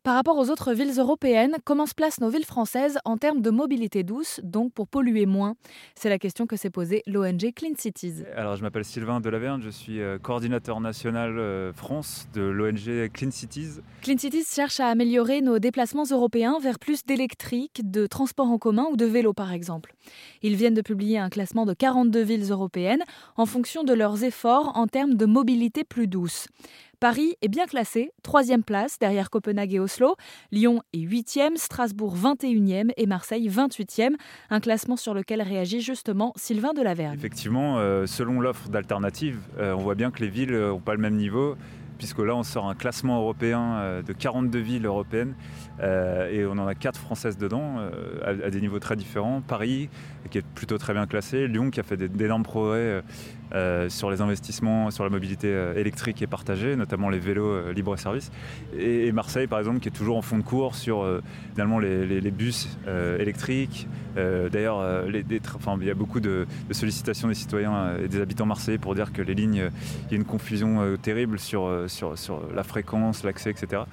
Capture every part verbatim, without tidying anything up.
Par rapport aux autres villes européennes, comment se placent nos villes françaises en termes de mobilité douce, donc pour polluer moins? C'est la question que s'est posée l'O N G Clean Cities. Alors, je m'appelle Sylvain Delaverne, je suis euh, coordinateur national euh, France de l'O N G Clean Cities. Clean Cities cherche à améliorer nos déplacements européens vers plus d'électrique, de transport en commun ou de vélo par exemple. Ils viennent de publier un classement de quarante-deux villes européennes en fonction de leurs efforts en termes de mobilité plus douce. Paris est bien classé, troisième place derrière Copenhague et Oslo. Lyon est huitième, Strasbourg vingt et unième et Marseille vingt-huitième. Un classement sur lequel réagit justement Sylvain Delaverne. Effectivement, euh, selon l'offre d'alternatives, euh, on voit bien que les villes n'ont pas le même niveau, puisque là on sort un classement européen euh, de quarante-deux villes européennes euh, et on en a quatre françaises dedans euh, à, à des niveaux très différents. Paris qui est plutôt très bien classé, Lyon qui a fait des, d'énormes progrès euh, sur les investissements, sur la mobilité euh, électrique et partagée, notamment les vélos euh, libre-service, et, et Marseille par exemple qui est toujours en fond de cours sur euh, finalement les, les, les bus euh, électriques. Euh, d'ailleurs, euh, les, des tra- enfin, il y a beaucoup de, de sollicitations des citoyens et des habitants marseillais pour dire que les lignes, euh, il y a une confusion euh, terrible sur, euh, sur, sur la fréquence, l'accès, et cetera.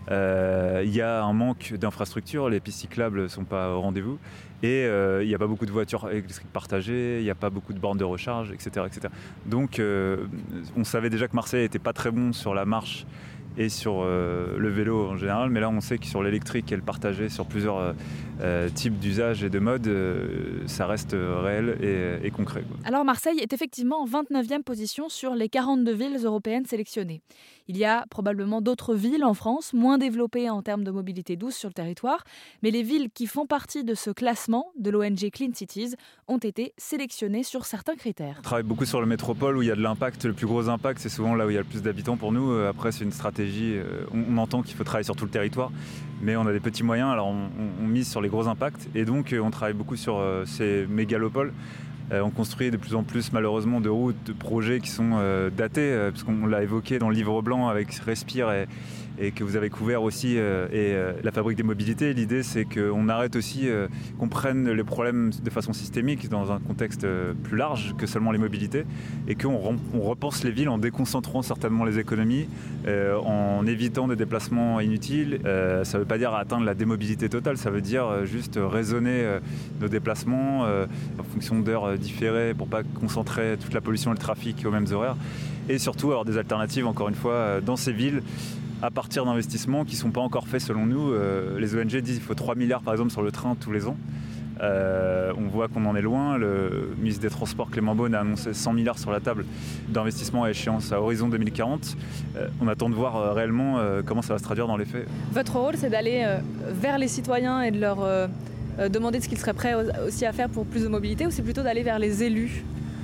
Euh, il y a un manque d'infrastructures, les pistes cyclables ne sont pas au rendez-vous et euh, il n'y a pas beaucoup de voitures électriques partagées, il n'y a pas beaucoup de bornes de recharge, et cetera, et cetera. Donc euh, on savait déjà que Marseille n'était pas très bon sur la marche et sur euh, le vélo en général, mais là on sait que sur l'électrique et le partagé sur plusieurs euh, euh, types d'usages et de modes, euh, ça reste réel et, et concret, quoi. Alors Marseille est effectivement en vingt-neuvième position sur les quarante-deux villes européennes sélectionnées. Il y a probablement d'autres villes en France, moins développées en termes de mobilité douce sur le territoire, mais les villes qui font partie de ce classement de l'O N G Clean Cities ont été sélectionnées sur certains critères. On travaille beaucoup sur le métropole où il y a de l'impact, le plus gros impact, c'est souvent là où il y a le plus d'habitants pour nous. Après, c'est une stratégie, on, on entend qu'il faut travailler sur tout le territoire, mais on a des petits moyens, alors on, on, on mise sur les gros impacts et donc on travaille beaucoup sur euh, ces mégalopoles. Euh, on construit de plus en plus malheureusement de routes, de projets qui sont euh, datés, euh, parce qu'on l'a évoqué dans le livre blanc avec Respire et, et que vous avez couvert aussi, euh, et euh, la fabrique des mobilités. L'idée c'est qu'on arrête aussi, euh, qu'on prenne les problèmes de façon systémique dans un contexte euh, plus large que seulement les mobilités et qu'on on repense les villes en déconcentrant certainement les économies, euh, en évitant des déplacements inutiles. Euh, ça ne veut pas dire atteindre la démobilité totale, ça veut dire euh, juste raisonner euh, nos déplacements euh, en fonction d'heures différées pour ne pas concentrer toute la pollution et le trafic aux mêmes horaires et surtout avoir des alternatives encore une fois dans ces villes à partir d'investissements qui ne sont pas encore faits selon nous. Euh, les O N G disent qu'il faut trois milliards par exemple sur le train tous les ans. Euh, on voit qu'on en est loin. Le ministre des Transports Clément Beaune a annoncé cent milliards sur la table d'investissement à échéance à horizon deux mille quarante. Euh, on attend de voir euh, réellement euh, comment ça va se traduire dans les faits. Votre rôle, c'est d'aller euh, vers les citoyens et de leur euh, euh, demander ce qu'ils seraient prêts aussi à faire pour plus de mobilité, ou c'est plutôt d'aller vers les élus ?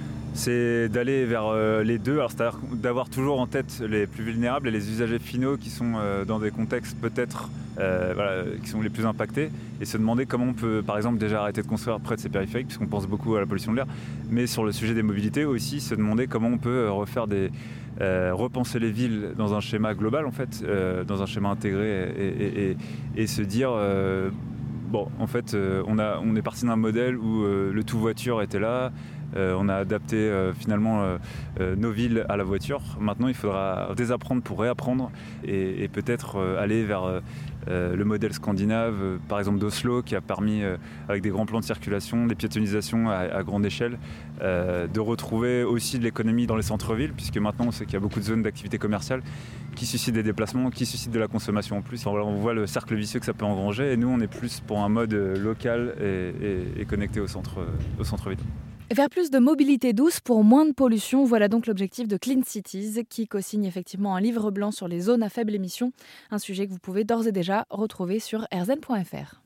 C'est d'aller vers euh, les deux, alors c'est-à-dire d'avoir toujours en tête les plus vulnérables et les usagers finaux qui sont euh, dans des contextes peut-être euh, voilà, qui sont les plus impactés et se demander comment on peut par exemple déjà arrêter de construire près de ces périphériques puisqu'on pense beaucoup à la pollution de l'air, mais sur le sujet des mobilités aussi se demander comment on peut refaire des euh, repenser les villes dans un schéma global en fait, euh, dans un schéma intégré et, et, et, et se dire euh, bon en fait euh, on, a, on est parti d'un modèle où euh, le tout voiture était là. Euh, on a adapté euh, finalement euh, euh, nos villes à la voiture. Maintenant, il faudra désapprendre pour réapprendre et, et peut-être euh, aller vers euh, euh, le modèle scandinave, euh, par exemple d'Oslo, qui a permis, euh, avec des grands plans de circulation, des piétonisations à, à grande échelle, euh, de retrouver aussi de l'économie dans les centres-villes, puisque maintenant, on sait qu'il y a beaucoup de zones d'activité commerciale qui suscitent des déplacements, qui suscitent de la consommation en plus. Enfin, voilà, on voit le cercle vicieux que ça peut engranger et nous, on est plus pour un mode local et, et, et connecté au, centre, au centre-ville. Vers plus de mobilité douce pour moins de pollution, voilà donc l'objectif de Clean Cities, qui co-signe effectivement un livre blanc sur les zones à faible émission, un sujet que vous pouvez d'ores et déjà retrouver sur r zen point f r.